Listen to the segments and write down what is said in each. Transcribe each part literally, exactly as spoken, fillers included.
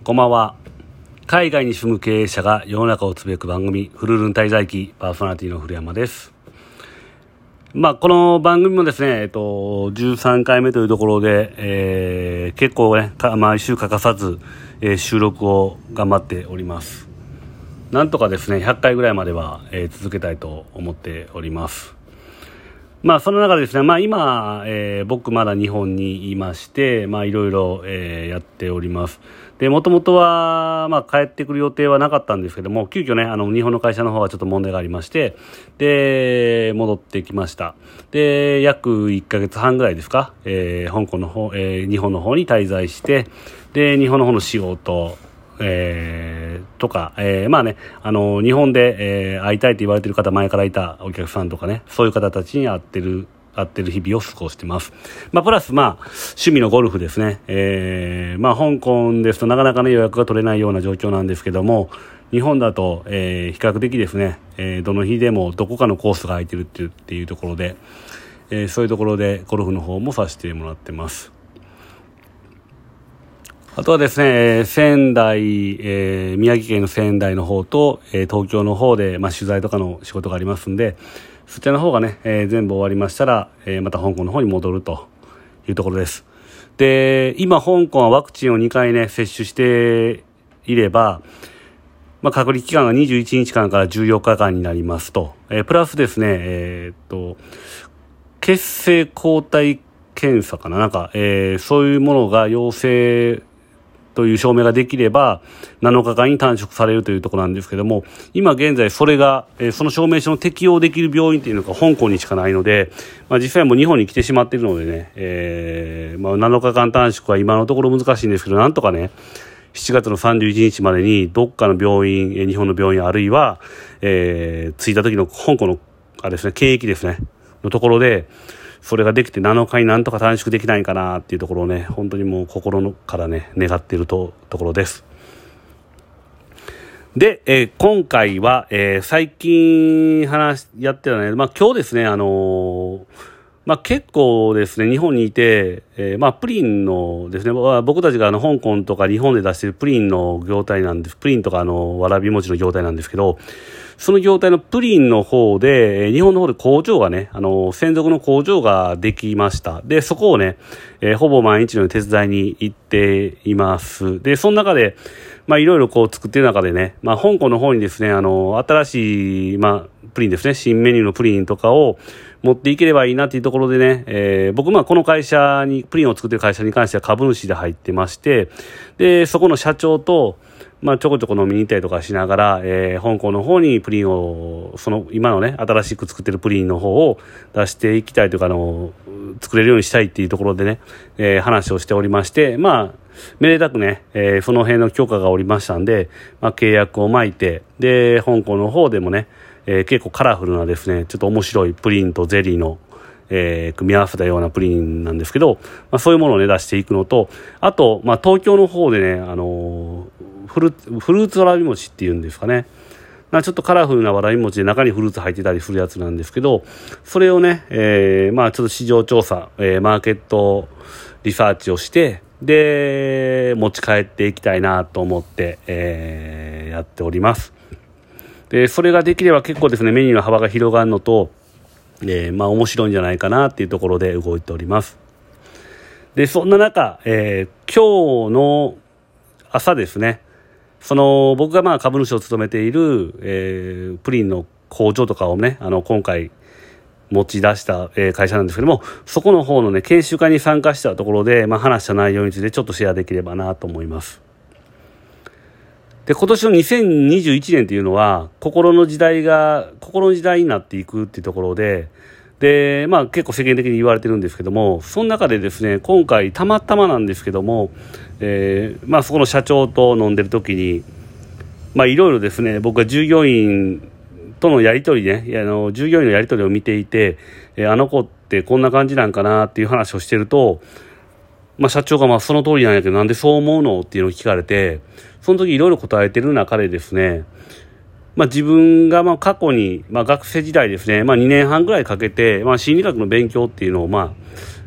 こんばんは。海外に住む経営者が世の中をつぶやく番組、フルルン滞在記、パーソナリティの古山です。まあ、この番組もですね、えっと、じゅうさんかいめというところで、えー、結構ね、毎週欠かさず、えー、収録を頑張っております。なんとかですね、ひゃっかいぐらいまでは、えー、続けたいと思っております。まあ、その中でですね、まあ今、えー、僕まだ日本にいまして、まあいろいろ、えー、やっております。で、もともとは、まあ帰ってくる予定はなかったんですけども、急遽ね、あの、日本の会社の方はちょっと問題がありまして、で、戻ってきました。で、約いっかげつはんぐらいですか、えー、香港の方、えー、日本の方に滞在して、で、日本の方の仕事、えー、とか、えー、まあね、あの、日本で、えー、会いたいと言われている方、前からいたお客さんとかね、そういう方たちに会ってる、会ってる日々を過ごしてます。まあ、プラス、まあ、趣味のゴルフですね。えー、まあ、香港ですとなかなかね、予約が取れないような状況なんですけども、日本だと、えー、比較的ですね、えー、どの日でもどこかのコースが空いてるっていう、っていうところで、えー、そういうところでゴルフの方もさせてもらってます。あとはですね、仙台、えー、宮城県の仙台の方と、えー、東京の方で、まあ、取材とかの仕事がありますんで、そちらの方がね、えー、全部終わりましたら、えー、また香港の方に戻るというところです。で、今香港はワクチンをにかいね、接種していれば、まあ、隔離期間がにじゅういちにちかんからじゅうよっかかんになりますと、えー、プラスですね、えー、っと、血清抗体検査かな、なんか、えー、そういうものが陽性という証明ができればなのかかんに短縮されるというところなんですけども、今現在それが、えー、その証明書の適用できる病院というのが香港にしかないので、まあ、実際もう日本に来てしまっているのでね、えーまあ、なのかかん短縮は今のところ難しいんですけど、なんとかねしちがつのさんじゅういちにちまでにどっかの病院、えー、日本の病院あるいは、えー、着いた時の香港のあれですね、検疫ですねのところでそれができてなのかになんとか短縮できないかなっていうところをね、本当にもう心のからね願っているとところです。で、えー、今回は、えー、最近話やってたね、まあ今日ですね、あのー、まあ結構ですね、日本にいて、えー、まあプリンのですね、僕たちがあの香港とか日本で出しているプリンの業態なんです。プリンとかあのわらび餅の業態なんですけど、その業態のプリンの方で、日本の方で工場がね、あの、専属の工場ができました。で、そこをね、えー、ほぼ毎日のように手伝いに行っています。で、その中で、まあ、いろいろこう作ってる中でね、まあ、香港の方にですね、あの、新しい、まあ、プリンですね、新メニューのプリンとかを持っていければいいなっていうところでね、えー、僕、まあ、この会社に、プリンを作ってる会社に関しては株主で入ってまして、で、そこの社長と、まあ、ちょこちょこ飲みに行ったりとかしながら、えー、香港の方にプリンを、その、今のね、新しく作ってるプリンの方を出していきたいというか、あの、作れるようにしたいっていうところでね、えー、話をしておりまして、まあ、めでたくね、えー、その辺の許可がおりましたんで、まあ、契約を巻いて、で、香港の方でもね、えー、結構カラフルなですね、ちょっと面白いプリンとゼリーの、えー、組み合わせたようなプリンなんですけど、まあ、そういうものをね、出していくのと、あと、まあ、東京の方でね、あのー、フル、フルーツわらび餅っていうんですかね。まあ、ちょっとカラフルなわらび餅で中にフルーツ入ってたりするやつなんですけど、それをね、えー、まあちょっと市場調査、えー、マーケットリサーチをして、で、持ち帰っていきたいなと思って、えー、やっております。で、それができれば結構ですね、メニューの幅が広がるのと、えー、まあ面白いんじゃないかなっていうところで動いております。で、そんな中、えー、今日の朝ですね、その僕がまあ株主を務めている、えー、プリンの工場とかをね、あの今回持ち出した、えー、会社なんですけども、そこの方のね研修会に参加したところで、まあ、話した内容についてちょっとシェアできればなと思います。で、今年のにせんにじゅういちねんっていうのは心の時代が心の時代になっていくっていうところで、で、まあ結構世間的に言われてるんですけども、その中でですね、今回たまたまなんですけども、えー、まあそこの社長と飲んでる時に、まあいろいろですね、僕が従業員とのやり取りね、あの従業員のやり取りを見ていて、えー、あの子ってこんな感じなんかなっていう話をしてると、まあ社長がまあその通りなんやけどなんでそう思うのっていうのを聞かれて、その時いろいろ答えてる中でですね、まあ、自分がまあ過去に、まあ、学生時代ですね、まあ、にねんはんぐらいかけて、まあ、心理学の勉強っていうのをまあ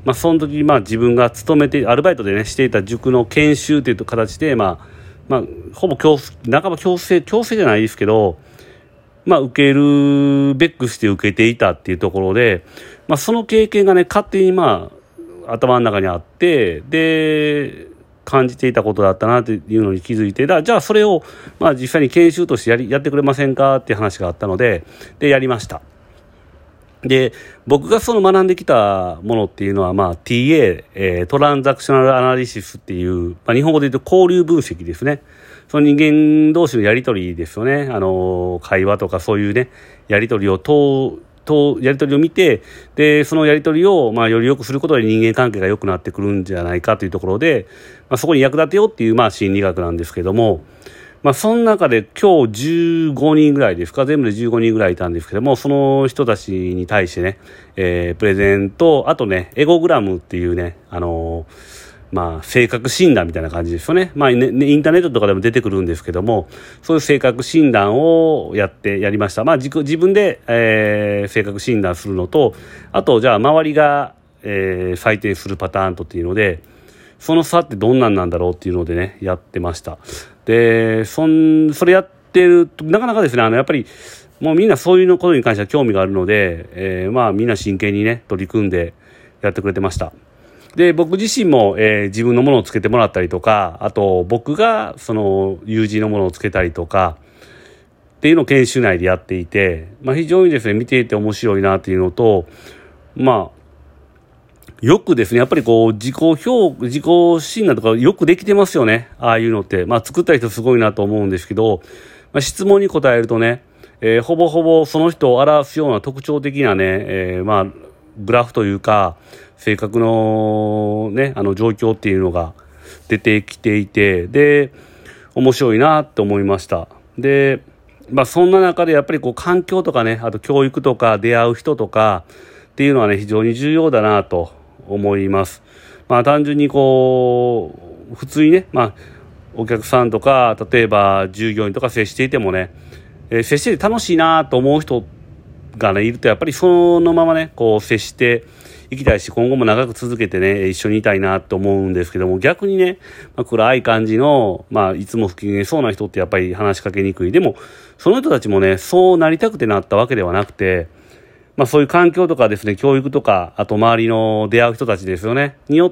まあ、その時、まあ、自分が勤めてアルバイトでねしていた塾の研修という形で、まあまあ、ほぼ強半ば強制強制じゃないですけど、まあ、受けるべくして受けていたっていうところで、まあ、その経験がね勝手にまあ頭の中にあって、で感じていたことだったなというのに気づいて、だじゃあそれをまあ実際に研修としてやりやってくれませんかっていう話があったので、でやりました。で僕がその学んできたものっていうのは、まあ、ティーエー、えー、トランザクショナルアナリシスっていう、まあ、日本語で言うと交流分析ですね。その人間同士のやり取りですよね。あの会話とかそういうねやり取りをととやり取りを見て、でそのやり取りをまあより良くすることで人間関係が良くなってくるんじゃないかというところで、まあ、そこに役立てようっていうまあ心理学なんですけども、まあ、その中で今日じゅうごにんぐらいですか、全部でじゅうごにんぐらいいたんですけども、その人たちに対してね、えー、プレゼント、あとね、エゴグラムっていうね、あのー、まあ、性格診断みたいな感じですよね。まあ、ね、インターネットとかでも出てくるんですけども、そういう性格診断をやって、やりました。まあ、自自分で、えー、性格診断するのと、あと、じゃあ、周りが、えー、採点するパターンとっていうので、その差ってどんなんなんだろうっていうのでね、やってました。で、そん、それやってると、なかなかですね、あの、やっぱり、もうみんなそういうことに関しては興味があるので、えー、まあみんな真剣にね、取り組んでやってくれてました。で、僕自身も、えー、自分のものをつけてもらったりとか、あと僕がその友人のものをつけたりとか、っていうのを研修内でやっていて、まあ非常にですね、見ていて面白いなっていうのと、まあ、よくですね、やっぱりこう自己評自己診断とかよくできてますよね。ああいうのって、まあ作った人すごいなと思うんですけど、まあ、質問に答えるとね、えー、ほぼほぼその人を表すような特徴的なね、えー、まあグラフというか性格のねあの状況っていうのが出てきていて、で面白いなと思いました。で、まあそんな中でやっぱりこう環境とかね、あと教育とか出会う人とかっていうのはね非常に重要だなと思います。まあ単純にこう普通にね、まあお客さんとか例えば従業員とか接していてもね、えー、接してて楽しいなと思う人がねいるとやっぱりそのままねこう接していきたいし、今後も長く続けてね一緒にいたいなと思うんですけども、逆にね、まあ、暗い感じのまあいつも不機嫌そうな人ってやっぱり話しかけにくい。でもその人たちもねそうなりたくてなったわけではなくて、まあそういう環境とかですね、教育とか、あと周りの出会う人たちですよね、によって、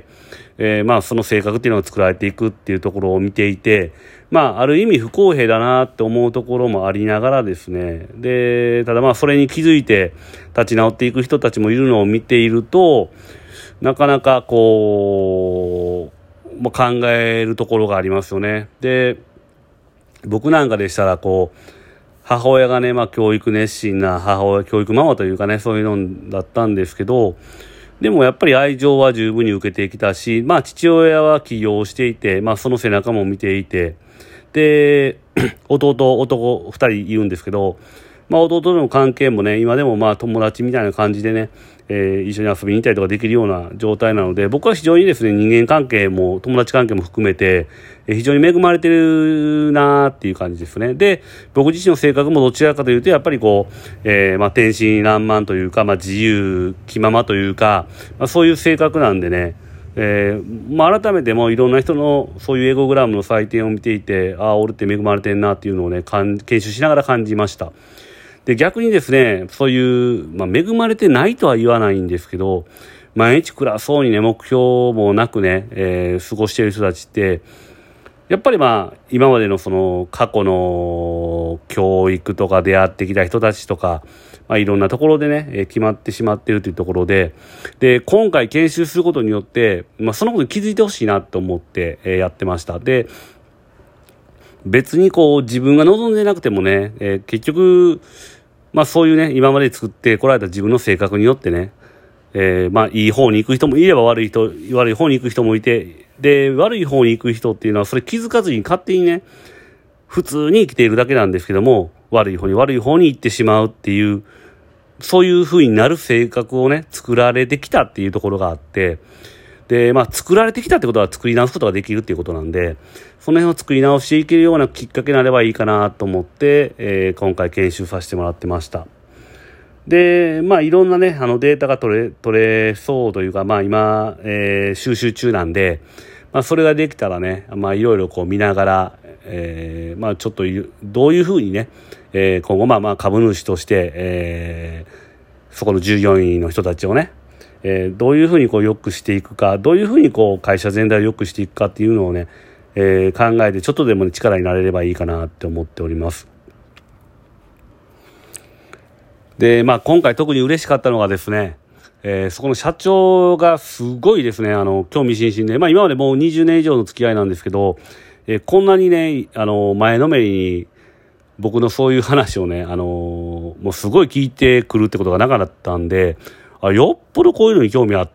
えー、まあその性格っていうのが作られていくっていうところを見ていて、まあある意味不公平だなって思うところもありながらですね、で、ただまあそれに気づいて立ち直っていく人たちもいるのを見ていると、なかなかこう、まあ、考えるところがありますよね。で、僕なんかでしたらこう、母親がね、まあ教育熱心な母親、教育ママというかね、そういうのだったんですけど、でもやっぱり愛情は十分に受けてきたし、まあ父親は起業していて、まあその背中も見ていて、で、弟、男二人いるんですけど、まあ弟との関係もね、今でもまあ友達みたいな感じでね、えー、一緒に遊びに行ったりとかできるような状態なので、僕は非常にですね、人間関係も友達関係も含めて、非常に恵まれてるなーっていう感じですね。で、僕自身の性格もどちらかというと、やっぱりこう、えー、まあ天真爛漫というか、まあ自由気ままというか、まあそういう性格なんでね、えー、まあ改めてもいろんな人のそういうエゴグラムの採点を見ていて、ああ、俺って恵まれてんなっていうのをね、研修しながら感じました。で、逆にですね、そういう、まあ、恵まれてないとは言わないんですけど、毎日暗そうにね、目標もなくね、えー、過ごしている人たちって、やっぱりまあ、今までのその過去の教育とか出会ってきた人たちとか、まあ、いろんなところでね、えー、決まってしまっているというところで、で、今回研修することによって、まあ、そのことに気づいてほしいなと思って、えー、やってました。で、別にこう自分が望んでなくてもね、えー、結局まあそういうね今まで作ってこられた自分の性格によってね、えー、まあいい方に行く人もいれば悪い人悪い方に行く人もいて、で悪い方に行く人っていうのはそれ気づかずに勝手にね普通に生きているだけなんですけども、悪い方に悪い方に行ってしまうっていう、そういう風になる性格をね作られてきたっていうところがあって、で、まあ、作られてきたってことは作り直すことができるっていうことなんで、その辺を作り直していけるようなきっかけになればいいかなと思って、えー、今回研修させてもらってました。 で、まあいろんなね、あのデータが取れ、取れそうというか、まあ今、えー、収集中なんで、まあそれができたらね、まあいろいろこう見ながら、えー、まあちょっとどういうふうにね、えー、今後まあまあ株主として、えー、そこの従業員の人たちをね、えー、どういうふうにこう良くしていくか、どういうふうにこう会社全体を良くしていくかっていうのをね、えー、考えてちょっとでも、ね、力になれればいいかなって思っております。で、まあ今回特に嬉しかったのがですね、えー、そこの社長がすごいですね、あの興味津々で、まあ今までもうにじゅうねん以上の付き合いなんですけど、えー、こんなにね、あの前のめりに僕のそういう話をね、あのもうすごい聞いてくるってことがなかったんで、あ、よっぽどこういうのに興味あって、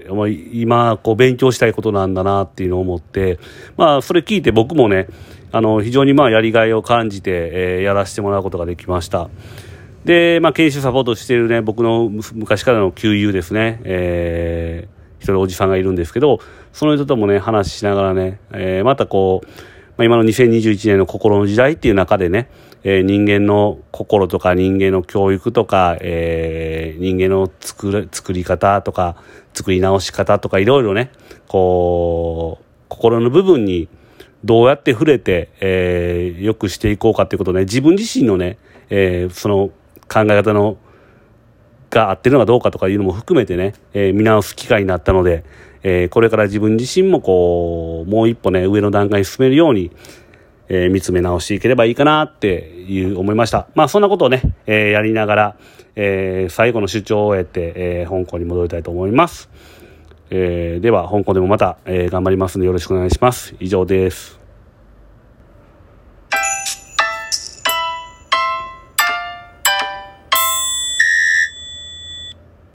まあ、今こう勉強したいことなんだなっていうのを思って、まあそれ聞いて僕もね、あの非常にまあやりがいを感じて、えー、やらせてもらうことができました。で、まあ、研修サポートしているね、僕の昔からの旧友ですね、えー、一人おじさんがいるんですけど、その人ともね、話しながらね、えー、またこう、まあ、今のにせんにじゅういちねんの心の時代っていう中でね、えー、人間の心とか人間の教育とか、えー、人間の作る、作り方とか、作り直し方とかいろいろね、こう、心の部分にどうやって触れて、えー、良くしていこうかっていうことをね、自分自身のね、えー、その、考え方のが合ってるのかどうかとかいうのも含めてね、えー、見直す機会になったので、えー、これから自分自身もこうもう一歩ね上の段階に進めるように、えー、見つめ直していければいいかなっていう思いました。まあそんなことをね、えー、やりながら、えー、最後の出張を終えて、えー、香港に戻りたいと思います。えー、では香港でもまた、えー、頑張りますのでよろしくお願いします。以上です。